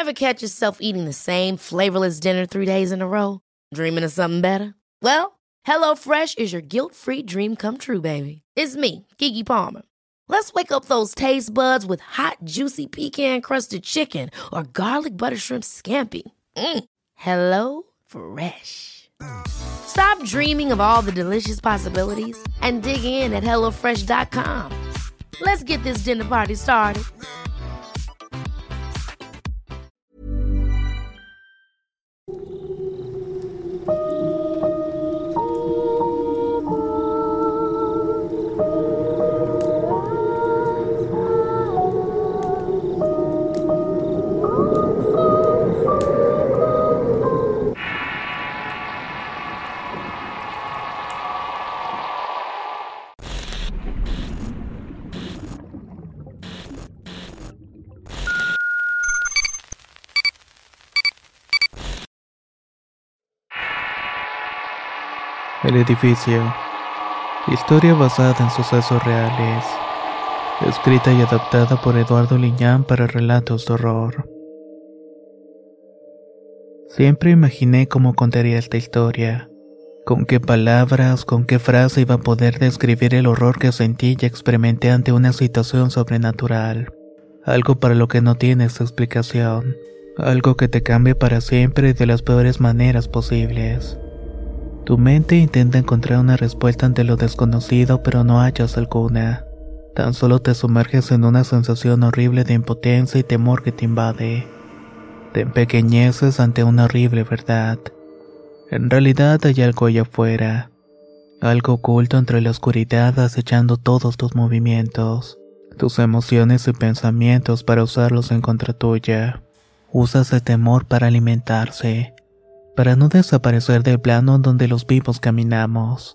Ever catch yourself eating the same flavorless dinner 3 days in a row? Dreaming of something better? Well, HelloFresh is your guilt-free dream come true, baby. It's me, Keke Palmer. Let's wake up those taste buds with hot, juicy pecan-crusted chicken or garlic butter shrimp scampi. Hello Fresh. Stop dreaming of all the delicious possibilities and dig in at HelloFresh.com. Let's get this dinner party started. El edificio. Historia basada en sucesos reales. Escrita y adaptada por Eduardo Liñán para relatos de horror. Siempre imaginé cómo contaría esta historia. Con qué palabras, con qué frase iba a poder describir el horror que sentí y experimenté ante una situación sobrenatural. Algo para lo que no tienes explicación. Algo que te cambie para siempre y de las peores maneras posibles. Tu mente intenta encontrar una respuesta ante lo desconocido, pero no hallas alguna. Tan solo te sumerges en una sensación horrible de impotencia y temor que te invade. Te empequeñeces ante una horrible verdad. En realidad hay algo allá afuera. Algo oculto entre la oscuridad acechando todos tus movimientos, tus emociones y pensamientos para usarlos en contra tuya. Usas el temor para alimentarse, para no desaparecer del plano donde los vivos caminamos.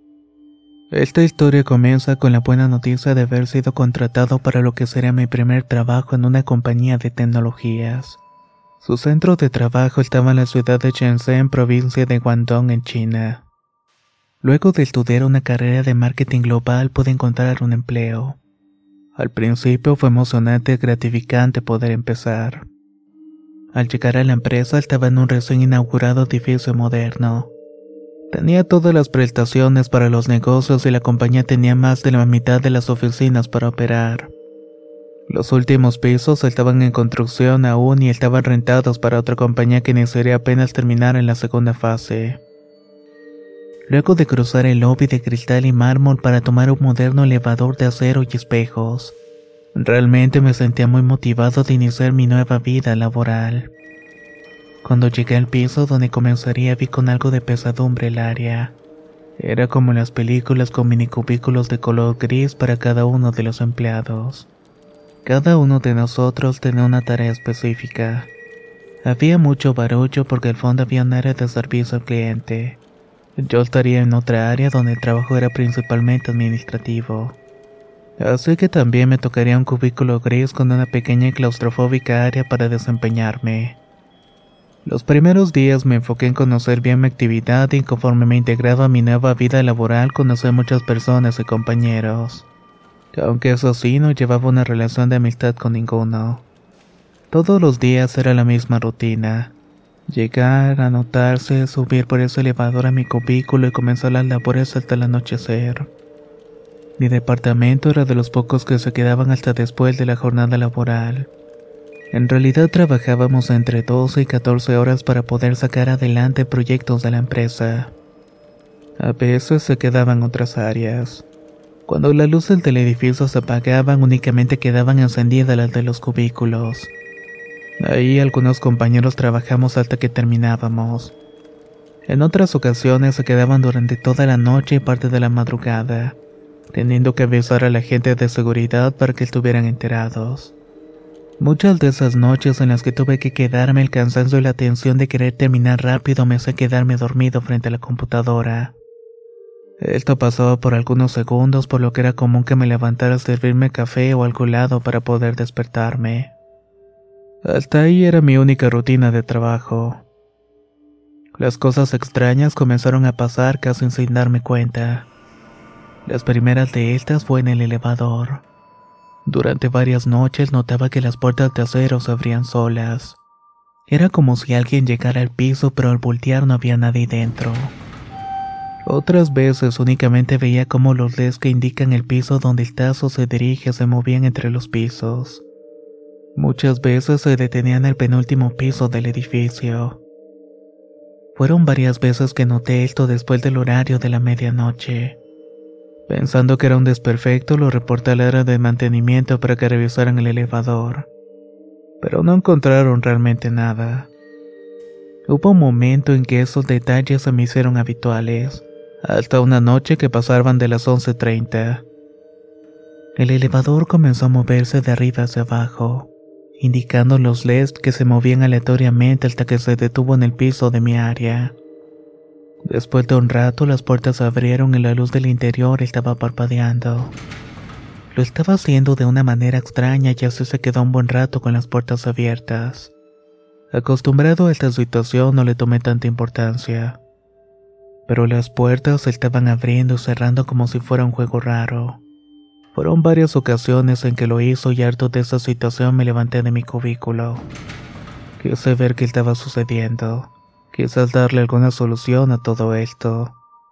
Esta historia comienza con la buena noticia de haber sido contratado para lo que sería mi primer trabajo en una compañía de tecnologías. Su centro de trabajo estaba en la ciudad de Shenzhen, provincia de Guangdong, en China. Luego de estudiar una carrera de marketing global, pude encontrar un empleo. Al principio fue emocionante y gratificante poder empezar. Al llegar a la empresa estaba en un recién inaugurado edificio moderno. Tenía todas las prestaciones para los negocios y la compañía tenía más de la mitad de las oficinas para operar. Los últimos pisos estaban en construcción aún y estaban rentados para otra compañía que iniciaría apenas terminar en la segunda fase. Luego de cruzar el lobby de cristal y mármol para tomar un moderno elevador de acero y espejos, realmente me sentía muy motivado de iniciar mi nueva vida laboral. Cuando llegué al piso donde comenzaría vi con algo de pesadumbre el área. Era como en las películas con minicubículos de color gris para cada uno de los empleados. Cada uno de nosotros tenía una tarea específica. Había mucho barullo porque al fondo había un área de servicio al cliente. Yo estaría en otra área donde el trabajo era principalmente administrativo. Así que también me tocaría un cubículo gris con una pequeña y claustrofóbica área para desempeñarme. Los primeros días me enfoqué en conocer bien mi actividad y conforme me integraba a mi nueva vida laboral conocí a muchas personas y compañeros. Aunque eso sí, no llevaba una relación de amistad con ninguno. Todos los días era la misma rutina. Llegar, anotarse, subir por ese elevador a mi cubículo y comenzar las labores hasta el anochecer. Mi departamento era de los pocos que se quedaban hasta después de la jornada laboral. En realidad trabajábamos entre 12 y 14 horas para poder sacar adelante proyectos de la empresa. A veces se quedaban otras áreas. Cuando las luces del edificio se apagaban, únicamente quedaban encendidas las de los cubículos. Ahí algunos compañeros trabajamos hasta que terminábamos. En otras ocasiones se quedaban durante toda la noche y parte de la madrugada, teniendo que avisar a la gente de seguridad para que estuvieran enterados. Muchas de esas noches en las que tuve que quedarme, el cansancio y la tensión de querer terminar rápido me hacía quedarme dormido frente a la computadora. Esto pasaba por algunos segundos, por lo que era común que me levantara a servirme café o algo helado para poder despertarme. Hasta ahí era mi única rutina de trabajo. Las cosas extrañas comenzaron a pasar casi sin darme cuenta. Las primeras de estas fue en el elevador. Durante varias noches notaba que las puertas de acero se abrían solas. Era como si alguien llegara al piso, pero al voltear no había nadie dentro. Otras veces únicamente veía cómo los LEDs que indican el piso donde el tazo se dirige se movían entre los pisos. Muchas veces se detenían en el penúltimo piso del edificio. Fueron varias veces que noté esto después del horario de la medianoche. Pensando que era un desperfecto, lo reporté al área de mantenimiento para que revisaran el elevador. Pero no encontraron realmente nada. Hubo un momento en que esos detalles se me hicieron habituales, hasta una noche que pasaban de las 11:30. El elevador comenzó a moverse de arriba hacia abajo, indicando los LEDs que se movían aleatoriamente hasta que se detuvo en el piso de mi área. Después de un rato, las puertas se abrieron y la luz del interior estaba parpadeando. Lo estaba haciendo de una manera extraña y así se quedó un buen rato con las puertas abiertas. Acostumbrado a esta situación no le tomé tanta importancia. Pero las puertas se estaban abriendo y cerrando como si fuera un juego raro. Fueron varias ocasiones en que lo hizo y harto de esa situación me levanté de mi cubículo. Quise ver qué estaba sucediendo. Quizás darle alguna solución a todo esto.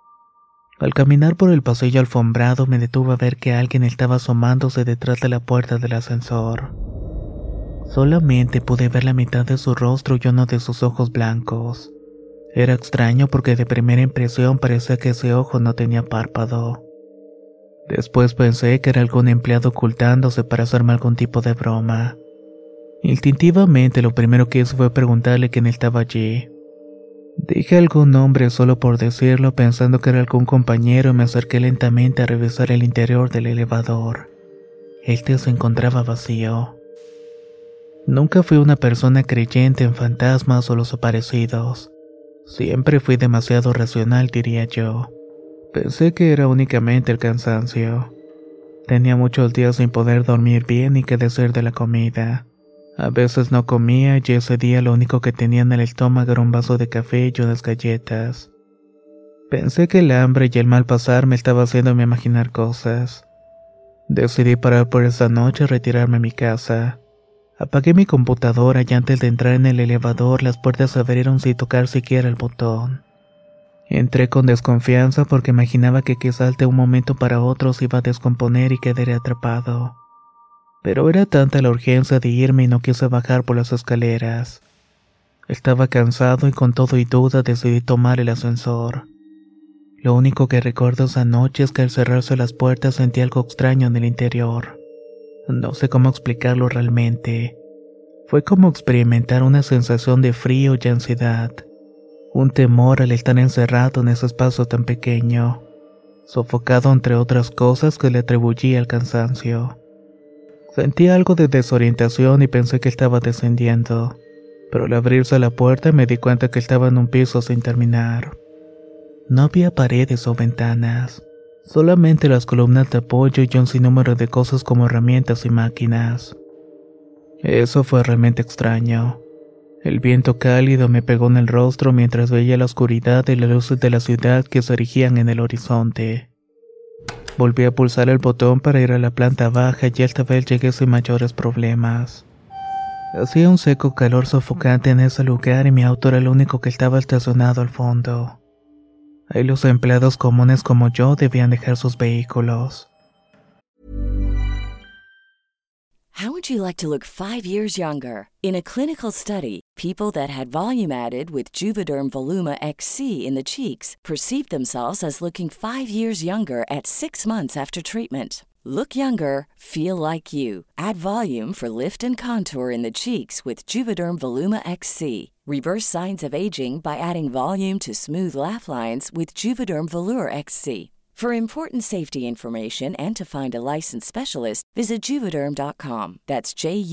Al caminar por el pasillo alfombrado me detuve a ver que alguien estaba asomándose detrás de la puerta del ascensor. Solamente pude ver la mitad de su rostro y uno de sus ojos blancos. Era extraño porque de primera impresión parecía que ese ojo no tenía párpado. Después pensé que era algún empleado ocultándose para hacerme algún tipo de broma. Instintivamente lo primero que hice fue preguntarle quién estaba allí. Dije algún nombre solo por decirlo, pensando que era algún compañero, y me acerqué lentamente a revisar el interior del elevador. Este se encontraba vacío. Nunca fui una persona creyente en fantasmas o los aparecidos. Siempre fui demasiado racional, diría yo. Pensé que era únicamente el cansancio. Tenía muchos días sin poder dormir bien y qué decir de la comida. A veces no comía y ese día lo único que tenía en el estómago era un vaso de café y unas galletas. Pensé que el hambre y el mal pasar me estaba haciéndome imaginar cosas. Decidí parar por esa noche y retirarme a mi casa. Apagué mi computadora y antes de entrar en el elevador las puertas se abrieron sin tocar siquiera el botón. Entré con desconfianza porque imaginaba que quizás de un momento para otro se iba a descomponer y quedaría atrapado. Pero era tanta la urgencia de irme y no quise bajar por las escaleras. Estaba cansado y con todo y duda decidí tomar el ascensor. Lo único que recuerdo esa noche es que al cerrarse las puertas sentí algo extraño en el interior. No sé cómo explicarlo realmente. Fue como experimentar una sensación de frío y ansiedad. Un temor al estar encerrado en ese espacio tan pequeño. Sofocado entre otras cosas que le atribuí al cansancio. Sentí algo de desorientación y pensé que estaba descendiendo, pero al abrirse la puerta me di cuenta que estaba en un piso sin terminar. No había paredes o ventanas, solamente las columnas de apoyo y un sinnúmero de cosas como herramientas y máquinas. Eso fue realmente extraño. El viento cálido me pegó en el rostro mientras veía la oscuridad y las luces de la ciudad que se erigían en el horizonte. Volví a pulsar el botón para ir a la planta baja y esta vez llegué sin mayores problemas. Hacía un seco calor sofocante en ese lugar y mi auto era el único que estaba estacionado al fondo. Ahí los empleados comunes como yo debían dejar sus vehículos. How would you like to look 5 years younger? In a clinical study, people that had volume added with Juvederm Voluma XC in the cheeks perceived themselves as looking 5 years younger at 6 months after treatment. Look younger, feel like you. Add volume for lift and contour in the cheeks with Juvederm Voluma XC. Reverse signs of aging by adding volume to smooth laugh lines with Juvederm Volure XC. For important safety information and to find a licensed specialist, visit Juvederm.com. That's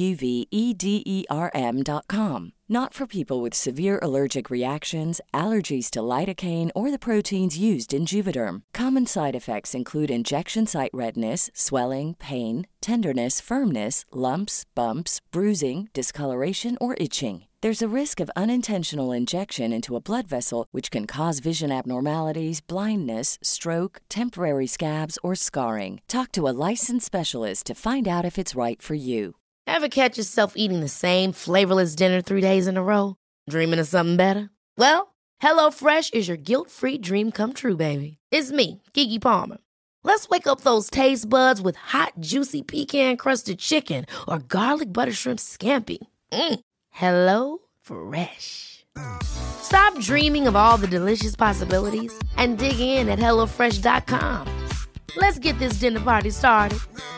JUVEDERM.com. Not for people with severe allergic reactions, allergies to lidocaine, or the proteins used in Juvederm. Common side effects include injection site redness, swelling, pain, tenderness, firmness, lumps, bumps, bruising, discoloration, or itching. There's a risk of unintentional injection into a blood vessel, which can cause vision abnormalities, blindness, stroke, temporary scabs, or scarring. Talk to a licensed specialist to find out if it's right for you. Ever catch yourself eating the same flavorless dinner 3 days in a row? Dreaming of something better? Well, HelloFresh is your guilt-free dream come true, baby. It's me, Keke Palmer. Let's wake up those taste buds with hot, juicy pecan-crusted chicken or garlic butter shrimp scampi. Hello Fresh. Stop dreaming of all the delicious possibilities and dig in at HelloFresh.com. Let's get this dinner party started.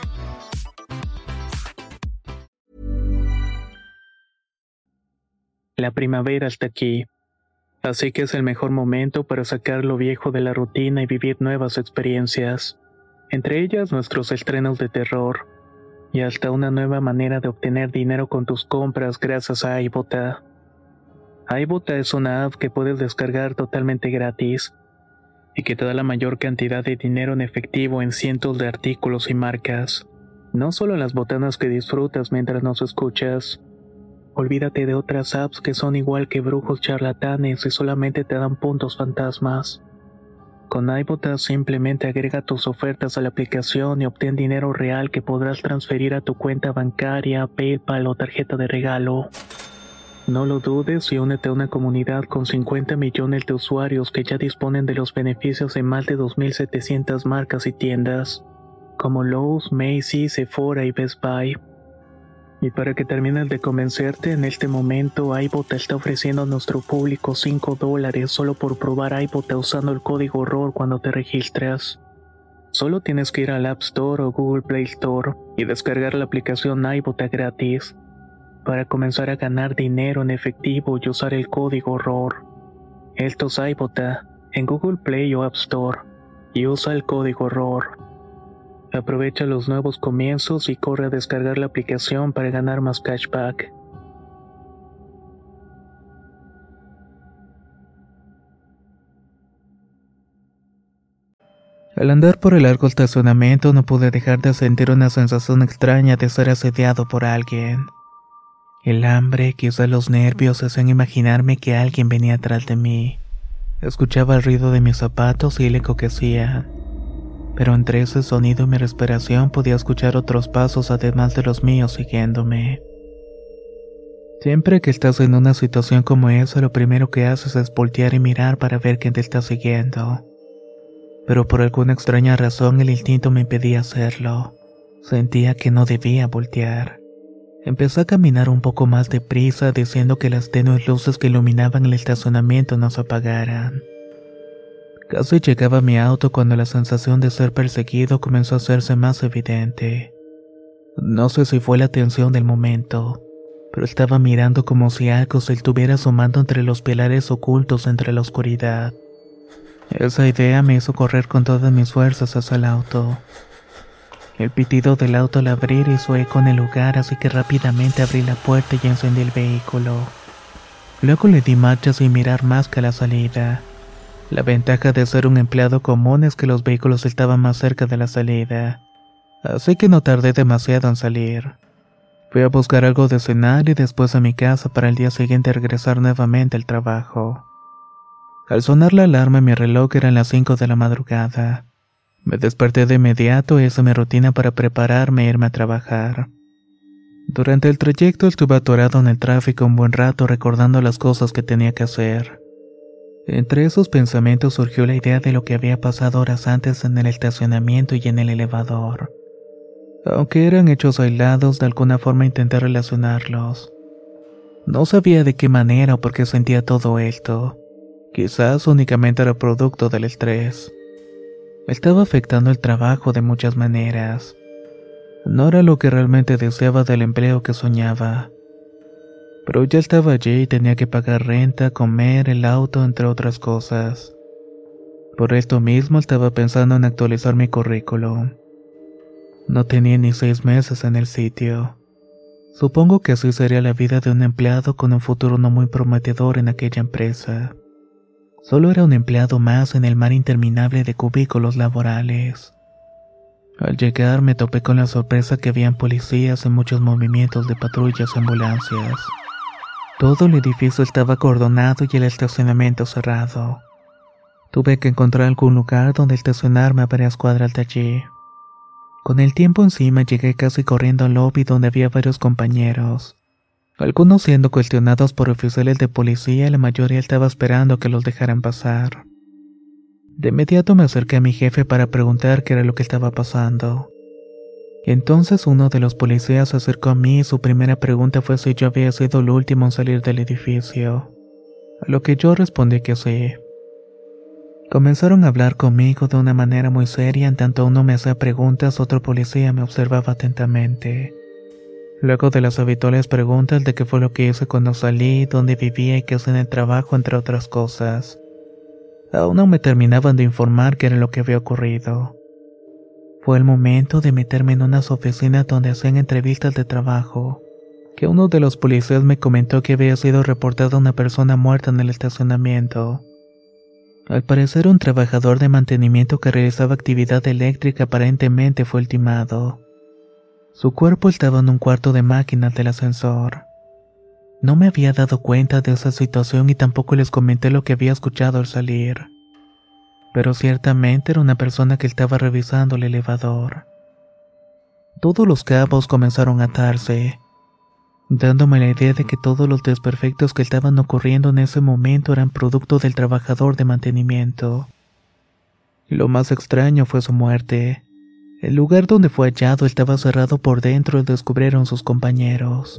La primavera está aquí, así que es el mejor momento para sacar lo viejo de la rutina y vivir nuevas experiencias, entre ellas nuestros estrenos de terror, y hasta una nueva manera de obtener dinero con tus compras gracias a iBota. iBota es una app que puedes descargar totalmente gratis, y que te da la mayor cantidad de dinero en efectivo en cientos de artículos y marcas, no solo en las botanas que disfrutas mientras nos escuchas. Olvídate de otras apps que son igual que brujos charlatanes y solamente te dan puntos fantasmas. Con iBota simplemente agrega tus ofertas a la aplicación y obtén dinero real que podrás transferir a tu cuenta bancaria, PayPal o tarjeta de regalo. No lo dudes y únete a una comunidad con 50 millones de usuarios que ya disponen de los beneficios de más de 2.700 marcas y tiendas, como Lowe's, Macy's, Sephora y Best Buy. Y para que termines de convencerte, en este momento iBota está ofreciendo a nuestro público $5 solo por probar iBota usando el código ROR cuando te registras. Solo tienes que ir al App Store o Google Play Store y descargar la aplicación iBota gratis para comenzar a ganar dinero en efectivo y usar el código ROR. Esto es iBota en Google Play o App Store y usa el código ROR. Aprovecha los nuevos comienzos y corre a descargar la aplicación para ganar más cashback. Al andar por el largo estacionamiento no pude dejar de sentir una sensación extraña de ser asediado por alguien. El hambre, quizá los nervios, hacían imaginarme que alguien venía atrás de mí. Escuchaba el ruido de mis zapatos y el eco que hacían. Pero entre ese sonido y mi respiración podía escuchar otros pasos además de los míos siguiéndome. Siempre que estás en una situación como esa, lo primero que haces es voltear y mirar para ver quién te está siguiendo. Pero por alguna extraña razón el instinto me impedía hacerlo. Sentía que no debía voltear. Empecé a caminar un poco más deprisa, diciendo que las tenues luces que iluminaban el estacionamiento no se apagaran. Casi llegaba a mi auto cuando la sensación de ser perseguido comenzó a hacerse más evidente. No sé si fue la tensión del momento, pero estaba mirando como si algo se estuviera asomando entre los pilares ocultos entre la oscuridad. Esa idea me hizo correr con todas mis fuerzas hacia el auto. El pitido del auto al abrir hizo eco en el lugar, así que rápidamente abrí la puerta y encendí el vehículo. Luego le di marcha sin mirar más que a la salida. La ventaja de ser un empleado común es que los vehículos estaban más cerca de la salida, así que no tardé demasiado en salir. Fui a buscar algo de cenar y después a mi casa para el día siguiente regresar nuevamente al trabajo. Al sonar la alarma en mi reloj eran las 5 de la madrugada. Me desperté de inmediato y hice mi rutina para prepararme e irme a trabajar. Durante el trayecto estuve atorado en el tráfico un buen rato recordando las cosas que tenía que hacer. Entre esos pensamientos surgió la idea de lo que había pasado horas antes en el estacionamiento y en el elevador. Aunque eran hechos aislados, de alguna forma intenté relacionarlos. No sabía de qué manera o por qué sentía todo esto. Quizás únicamente era producto del estrés. Me estaba afectando el trabajo de muchas maneras. No era lo que realmente deseaba del empleo que soñaba. Pero ya estaba allí y tenía que pagar renta, comer, el auto, entre otras cosas. Por esto mismo estaba pensando en actualizar mi currículum. No tenía ni 6 meses en el sitio. Supongo que así sería la vida de un empleado con un futuro no muy prometedor en aquella empresa. Solo era un empleado más en el mar interminable de cubículos laborales. Al llegar me topé con la sorpresa que habían policías y muchos movimientos de patrullas y ambulancias. Todo el edificio estaba acordonado y el estacionamiento cerrado. Tuve que encontrar algún lugar donde estacionarme a varias cuadras de allí. Con el tiempo encima llegué casi corriendo al lobby donde había varios compañeros. Algunos siendo cuestionados por oficiales de policía, la mayoría estaba esperando que los dejaran pasar. De inmediato me acerqué a mi jefe para preguntar qué era lo que estaba pasando. Entonces uno de los policías se acercó a mí y su primera pregunta fue si yo había sido el último en salir del edificio. A lo que yo respondí que sí. Comenzaron a hablar conmigo de una manera muy seria, en tanto uno me hacía preguntas, otro policía me observaba atentamente. Luego de las habituales preguntas de qué fue lo que hice cuando salí, dónde vivía y qué hacía en el trabajo, entre otras cosas. Aún no me terminaban de informar qué era lo que había ocurrido. Fue el momento de meterme en unas oficinas donde hacían entrevistas de trabajo, que uno de los policías me comentó que había sido reportada una persona muerta en el estacionamiento. Al parecer un trabajador de mantenimiento que realizaba actividad eléctrica aparentemente fue ultimado. Su cuerpo estaba en un cuarto de máquinas del ascensor. No me había dado cuenta de esa situación y tampoco les comenté lo que había escuchado al salir. Pero ciertamente era una persona que estaba revisando el elevador. Todos los cabos comenzaron a atarse, dándome la idea de que todos los desperfectos que estaban ocurriendo en ese momento eran producto del trabajador de mantenimiento. Lo más extraño fue su muerte. El lugar donde fue hallado estaba cerrado por dentro y lo descubrieron sus compañeros.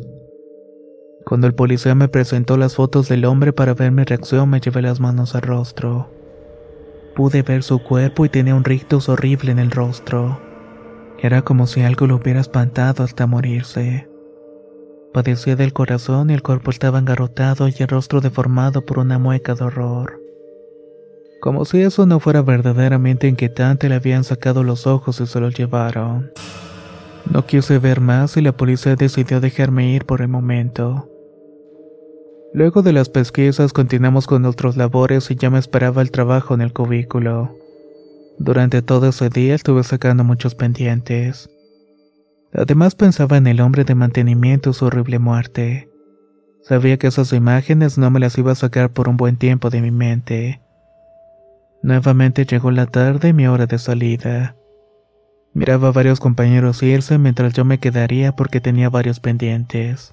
Cuando el policía me presentó las fotos del hombre para ver mi reacción, me llevé las manos al rostro. Pude ver su cuerpo y tenía un rictus horrible en el rostro. Era como si algo lo hubiera espantado hasta morirse. Padecía del corazón y el cuerpo estaba engarrotado y el rostro deformado por una mueca de horror. Como si eso no fuera verdaderamente inquietante, le habían sacado los ojos y se los llevaron. No quise ver más y la policía decidió dejarme ir por el momento. Luego de las pesquisas continuamos con nuestras labores y ya me esperaba el trabajo en el cubículo. Durante todo ese día estuve sacando muchos pendientes. Además pensaba en el hombre de mantenimiento y su horrible muerte. Sabía que esas imágenes no me las iba a sacar por un buen tiempo de mi mente. Nuevamente llegó la tarde y mi hora de salida. Miraba a varios compañeros irse mientras yo me quedaría porque tenía varios pendientes.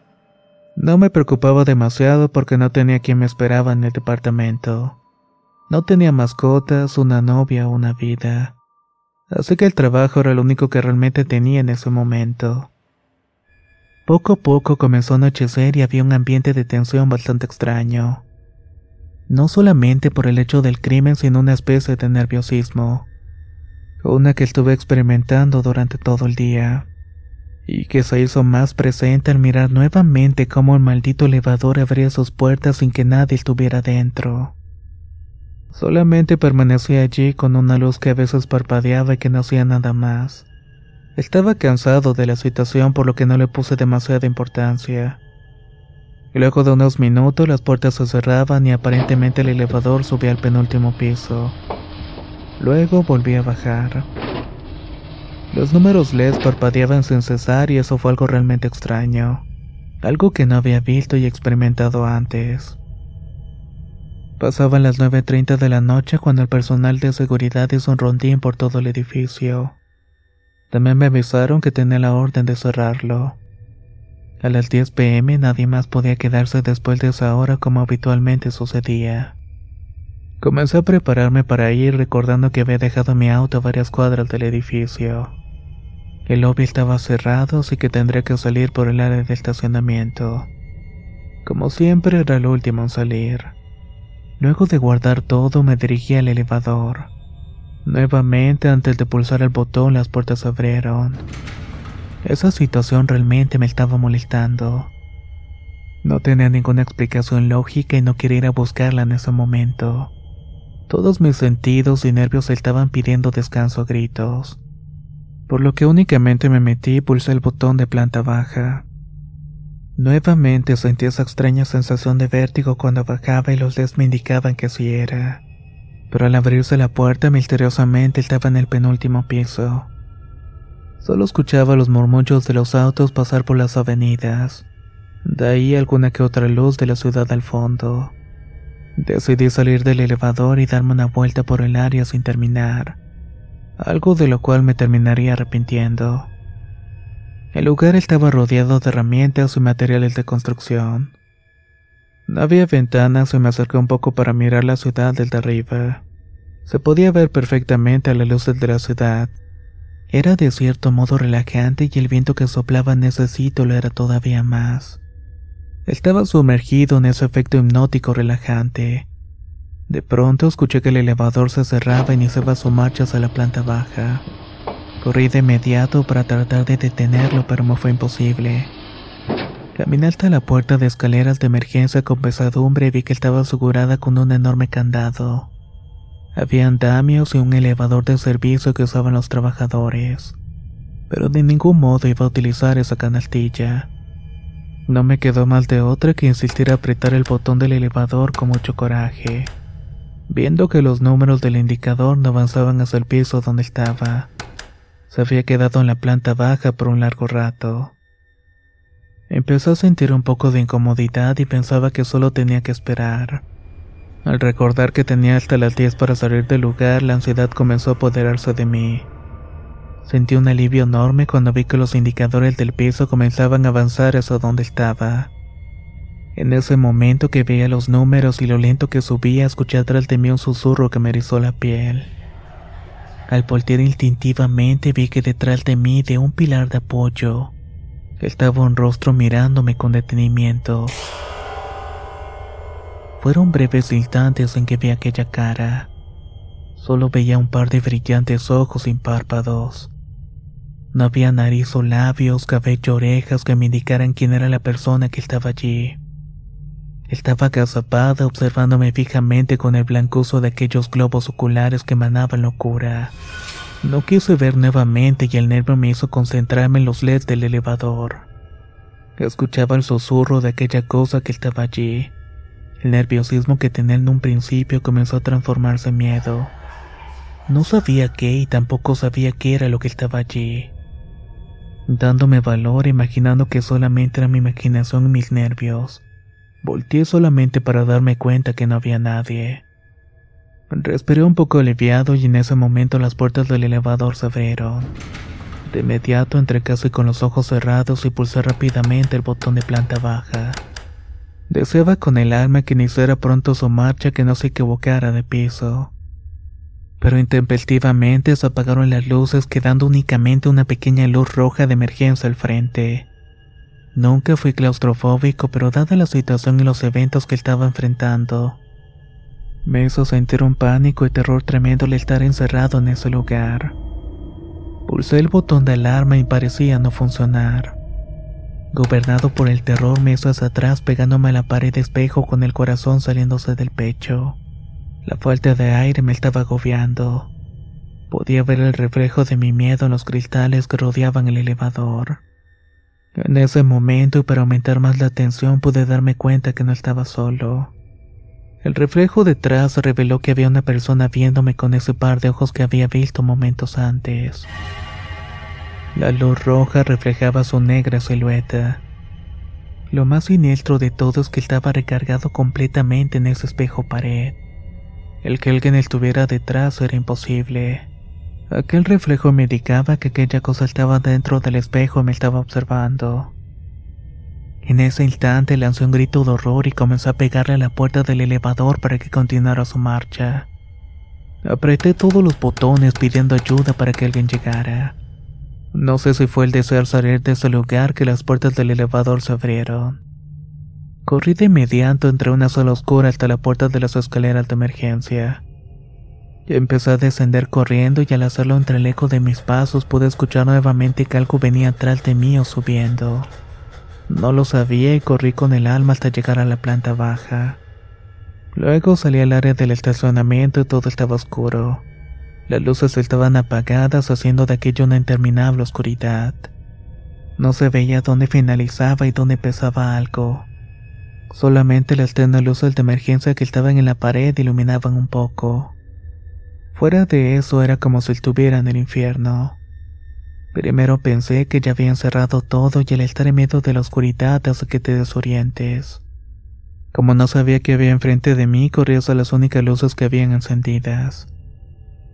No me preocupaba demasiado porque no tenía quien me esperaba en el departamento. No tenía mascotas, una novia o una vida. Así que el trabajo era lo único que realmente tenía en ese momento. Poco a poco comenzó a anochecer y había un ambiente de tensión bastante extraño. No solamente por el hecho del crimen, sino una especie de nerviosismo. Una que estuve experimentando durante todo el día. Y que se hizo más presente al mirar nuevamente cómo el maldito elevador abría sus puertas sin que nadie estuviera dentro. Solamente permanecía allí con una luz que a veces parpadeaba y que no hacía nada más. Estaba cansado de la situación, por lo que no le puse demasiada importancia. Luego de unos minutos las puertas se cerraban y aparentemente el elevador subía al penúltimo piso. Luego volví a bajar. Los números LED parpadeaban sin cesar y eso fue algo realmente extraño. Algo que no había visto y experimentado antes. Pasaban las 9:30 de la noche cuando el personal de seguridad hizo un rondín por todo el edificio. También me avisaron que tenía la orden de cerrarlo. A las 10 p.m. nadie más podía quedarse después de esa hora como habitualmente sucedía. Comencé a prepararme para ir recordando que había dejado mi auto a varias cuadras del edificio. El lobby estaba cerrado, así que tendría que salir por el área de estacionamiento. Como siempre era el último en salir. Luego de guardar todo me dirigí al elevador. Nuevamente, antes de pulsar el botón, las puertas se abrieron. Esa situación realmente me estaba molestando. No tenía ninguna explicación lógica y no quería ir a buscarla en ese momento. Todos mis sentidos y nervios estaban pidiendo descanso a gritos. Por lo que únicamente me metí y pulsé el botón de planta baja. Nuevamente sentí esa extraña sensación de vértigo cuando bajaba y los LEDs me indicaban que así era. Pero al abrirse la puerta misteriosamente estaba en el penúltimo piso. Solo escuchaba los murmullos de los autos pasar por las avenidas. De ahí alguna que otra luz de la ciudad al fondo. Decidí salir del elevador y darme una vuelta por el área sin terminar. algo de lo cual me terminaría arrepintiendo. El lugar estaba rodeado de herramientas y materiales de construcción. No había ventanas y me acerqué un poco para mirar la ciudad desde arriba. Se podía ver perfectamente a la luz de la ciudad. Era de cierto modo relajante y el viento que soplaba en ese sitio lo era todavía más. Estaba sumergido en ese efecto hipnótico relajante. De pronto escuché que el elevador se cerraba y iniciaba su marcha hacia la planta baja. Corrí de inmediato para tratar de detenerlo, pero me fue imposible. Caminé hasta la puerta de escaleras de emergencia con pesadumbre y vi que estaba asegurada con un enorme candado. Había andamios y un elevador de servicio que usaban los trabajadores, pero de ningún modo iba a utilizar esa canastilla. No me quedó más de otra que insistir a apretar el botón del elevador con mucho coraje, viendo que los números del indicador no avanzaban hacia el piso donde estaba. Se había quedado en la planta baja por un largo rato. Empecé a sentir un poco de incomodidad y pensaba que solo tenía que esperar. Al recordar que tenía hasta las 10 para salir del lugar, la ansiedad comenzó a apoderarse de mí. Sentí un alivio enorme cuando vi que los indicadores del piso comenzaban a avanzar hacia donde estaba. En ese momento que veía los números y lo lento que subía, escuché atrás de mí un susurro que me erizó la piel. Al voltear instintivamente vi que detrás de mí, de un pilar de apoyo, estaba un rostro mirándome con detenimiento. Fueron breves instantes en que vi aquella cara. Solo veía un par de brillantes ojos sin párpados. No había nariz o labios, cabello, orejas que me indicaran quién era la persona que estaba allí. Estaba agazapada observándome fijamente con el blancuzo de aquellos globos oculares que emanaban locura. No quise ver nuevamente y el nervio me hizo concentrarme en los LEDs del elevador. Escuchaba el susurro de aquella cosa que estaba allí. El nerviosismo que tenía en un principio comenzó a transformarse en miedo. No sabía qué y tampoco sabía qué era lo que estaba allí. Dándome valor, imaginando que solamente era mi imaginación y mis nervios, volteé solamente para darme cuenta que no había nadie. Respiré un poco aliviado y en ese momento las puertas del elevador se abrieron. De inmediato entré casi con los ojos cerrados y pulsé rápidamente el botón de planta baja. Deseaba con el alma que iniciara pronto su marcha, que no se equivocara de piso. Pero intempestivamente se apagaron las luces, quedando únicamente una pequeña luz roja de emergencia al frente. Nunca fui claustrofóbico, pero dada la situación y los eventos que estaba enfrentando, me hizo sentir un pánico y terror tremendo al estar encerrado en ese lugar. Pulsé el botón de alarma y parecía no funcionar. Gobernado por el terror, me hizo hacia atrás pegándome a la pared de espejo con el corazón saliéndose del pecho. La falta de aire me estaba agobiando. Podía ver el reflejo de mi miedo en los cristales que rodeaban el elevador. En ese momento, y para aumentar más la tensión, pude darme cuenta que no estaba solo. El reflejo detrás reveló que había una persona viéndome con ese par de ojos que había visto momentos antes. La luz roja reflejaba su negra silueta. Lo más siniestro de todo es que estaba recargado completamente en ese espejo pared. El que alguien estuviera detrás era imposible. Aquel reflejo me indicaba que aquella cosa estaba dentro del espejo y me estaba observando. En ese instante lancé un grito de horror y comencé a pegarle a la puerta del elevador para que continuara su marcha. Apreté todos los botones pidiendo ayuda para que alguien llegara. No sé si fue el desear salir de ese lugar que las puertas del elevador se abrieron. Corrí de inmediato entre una sala oscura hasta la puerta de las escaleras de emergencia. Empecé a descender corriendo y al hacerlo entre el eco de mis pasos pude escuchar nuevamente que algo venía atrás de mí o subiendo. No lo sabía y corrí con el alma hasta llegar a la planta baja. Luego salí al área del estacionamiento y todo estaba oscuro. Las luces estaban apagadas, haciendo de aquello una interminable oscuridad. No se veía dónde finalizaba y dónde empezaba algo. Solamente las tenues luces de emergencia que estaban en la pared iluminaban un poco. Fuera de eso era como si estuviera en el infierno. Primero pensé que ya habían cerrado todo y al estar en medio de la oscuridad hace que te desorientes. Como no sabía qué había enfrente de mí, corrí hacia las únicas luces que habían encendidas.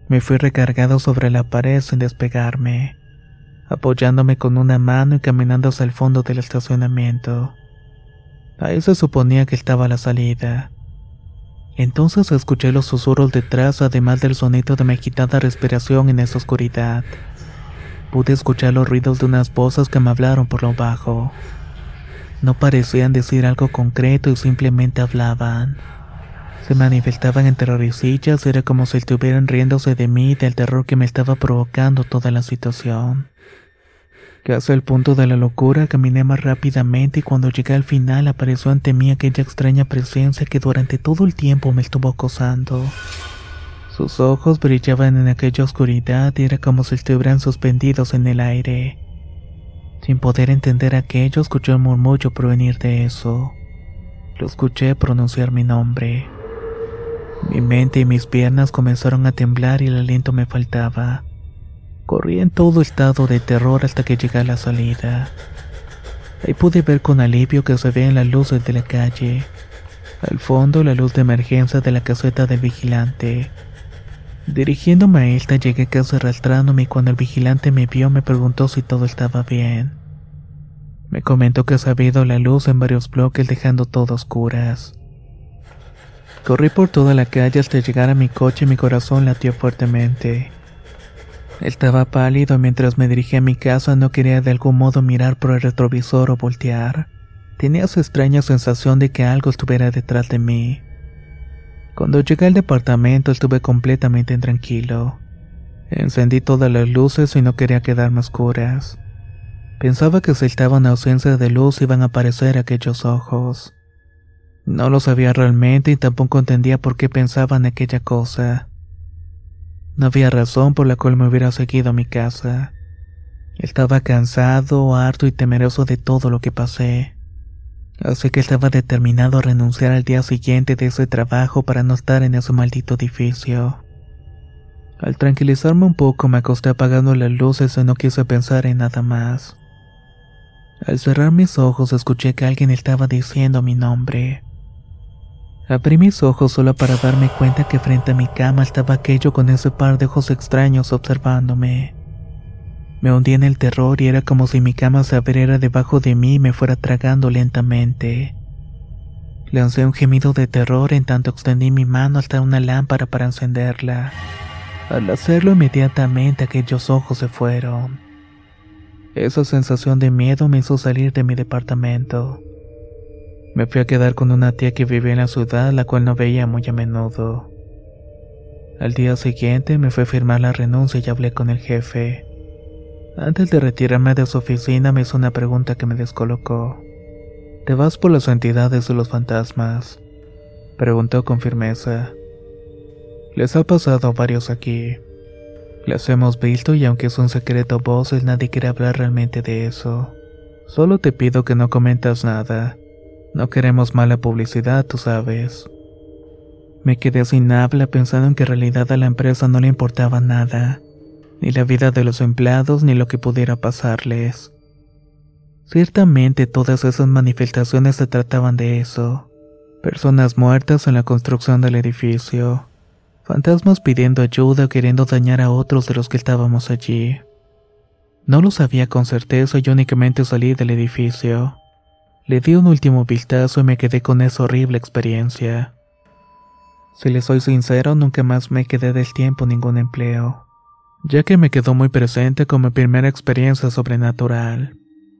Me fui recargado sobre la pared sin despegarme, apoyándome con una mano y caminando hacia el fondo del estacionamiento. Ahí se suponía que estaba la salida. Entonces escuché los susurros detrás, además del sonido de mi agitada respiración en esa oscuridad. Pude escuchar los ruidos de unas voces que me hablaron por lo bajo. No parecían decir algo concreto y simplemente hablaban. Se manifestaban entre risillas y era como si estuvieran riéndose de mí y del terror que me estaba provocando toda la situación. Casi al punto de la locura, caminé más rápidamente y cuando llegué al final apareció ante mí aquella extraña presencia que durante todo el tiempo me estuvo acosando. Sus ojos brillaban en aquella oscuridad y era como si estuvieran suspendidos en el aire. Sin poder entender aquello, escuché un murmullo provenir de eso. Lo escuché pronunciar mi nombre. Mi mente y mis piernas comenzaron a temblar y el aliento me faltaba. Corrí en todo estado de terror hasta que llegué a la salida. Ahí pude ver con alivio que se veían las luces de la calle. Al fondo, la luz de emergencia de la caseta del vigilante. Dirigiéndome a esta, llegué casi arrastrándome y cuando el vigilante me vio me preguntó si todo estaba bien. Me comentó que se había ido la luz en varios bloques dejando todo a oscuras. Corrí por toda la calle hasta llegar a mi coche y mi corazón latió fuertemente. Estaba pálido y mientras me dirigía a mi casa no quería de algún modo mirar por el retrovisor o voltear. Tenía esa extraña sensación de que algo estuviera detrás de mí. Cuando llegué al departamento estuve completamente intranquilo. Encendí todas las luces y no quería quedarme a oscuras. Pensaba que si estaba en ausencia de luz iban a aparecer aquellos ojos. No lo sabía realmente y tampoco entendía por qué pensaba en aquella cosa. No había razón por la cual me hubiera seguido a mi casa. Estaba cansado, harto y temeroso de todo lo que pasé. Así que estaba determinado a renunciar al día siguiente de ese trabajo para no estar en ese maldito edificio. Al tranquilizarme un poco me acosté apagando las luces y no quise pensar en nada más. Al cerrar mis ojos escuché que alguien estaba diciendo mi nombre. Abrí mis ojos solo para darme cuenta que frente a mi cama estaba aquello con ese par de ojos extraños observándome. Me hundí en el terror y era como si mi cama se abriera debajo de mí y me fuera tragando lentamente. Lancé un gemido de terror en tanto extendí mi mano hasta una lámpara para encenderla. Al hacerlo inmediatamente aquellos ojos se fueron. Esa sensación de miedo me hizo salir de mi departamento. Me fui a quedar con una tía que vivía en la ciudad, la cual no veía muy a menudo. Al día siguiente me fui a firmar la renuncia y hablé con el jefe. Antes de retirarme de su oficina me hizo una pregunta que me descolocó. ¿Te vas por las entidades de los fantasmas?, preguntó con firmeza. Les ha pasado a varios aquí. Las hemos visto y aunque es un secreto a voces, nadie quiere hablar realmente de eso. Solo te pido que no comentas nada. No queremos mala publicidad, tú sabes. Me quedé sin habla pensando en que en realidad a la empresa no le importaba nada, ni la vida de los empleados ni lo que pudiera pasarles. Ciertamente todas esas manifestaciones se trataban de eso. Personas muertas en la construcción del edificio. Fantasmas pidiendo ayuda o queriendo dañar a otros de los que estábamos allí. No lo sabía con certeza y únicamente salí del edificio. Le di un último vistazo y me quedé con esa horrible experiencia. Si les soy sincero, nunca más me quedé del tiempo ningún empleo, ya que me quedó muy presente como mi primera experiencia sobrenatural.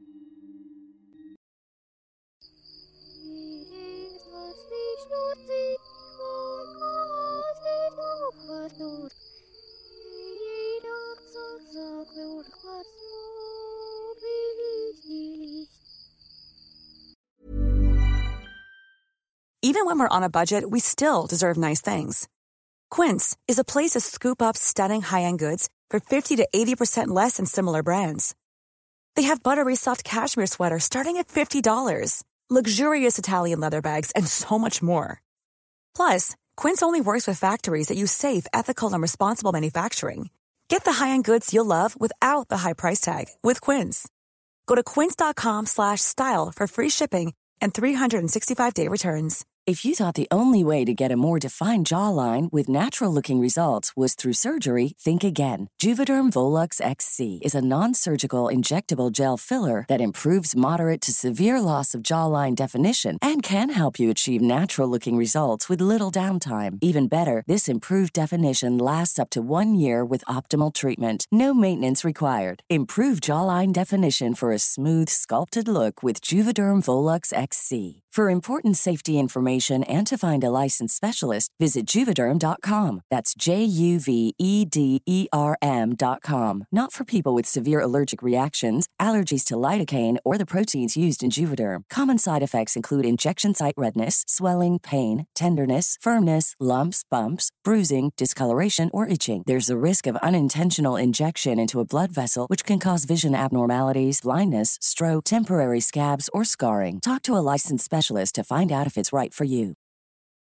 Even when we're on a budget, we still deserve nice things. Quince is a place to scoop up stunning high-end goods for 50 to 80% less than similar brands. They have buttery soft cashmere sweaters starting at $50, luxurious Italian leather bags, and so much more. Plus, Quince only works with factories that use safe, ethical, and responsible manufacturing. Get the high-end goods you'll love without the high price tag with Quince. Go to quince.com/style for free shipping and 365-day returns. If you thought the only way to get a more defined jawline with natural-looking results was through surgery, think again. Juvederm Volux XC is a non-surgical injectable gel filler that improves moderate to severe loss of jawline definition and can help you achieve natural-looking results with little downtime. Even better, this improved definition lasts up to 1 year with optimal treatment. No maintenance required. Improve jawline definition for a smooth, sculpted look with Juvederm Volux XC. For important safety information and to find a licensed specialist, visit Juvederm.com. That's JUVEDERM.com. Not for people with severe allergic reactions, allergies to lidocaine, or the proteins used in Juvederm. Common side effects include injection site redness, swelling, pain, tenderness, firmness, lumps, bumps, bruising, discoloration, or itching. There's a risk of unintentional injection into a blood vessel, which can cause vision abnormalities, blindness, stroke, temporary scabs, or scarring. Talk to a licensed specialist to find out if it's right for you.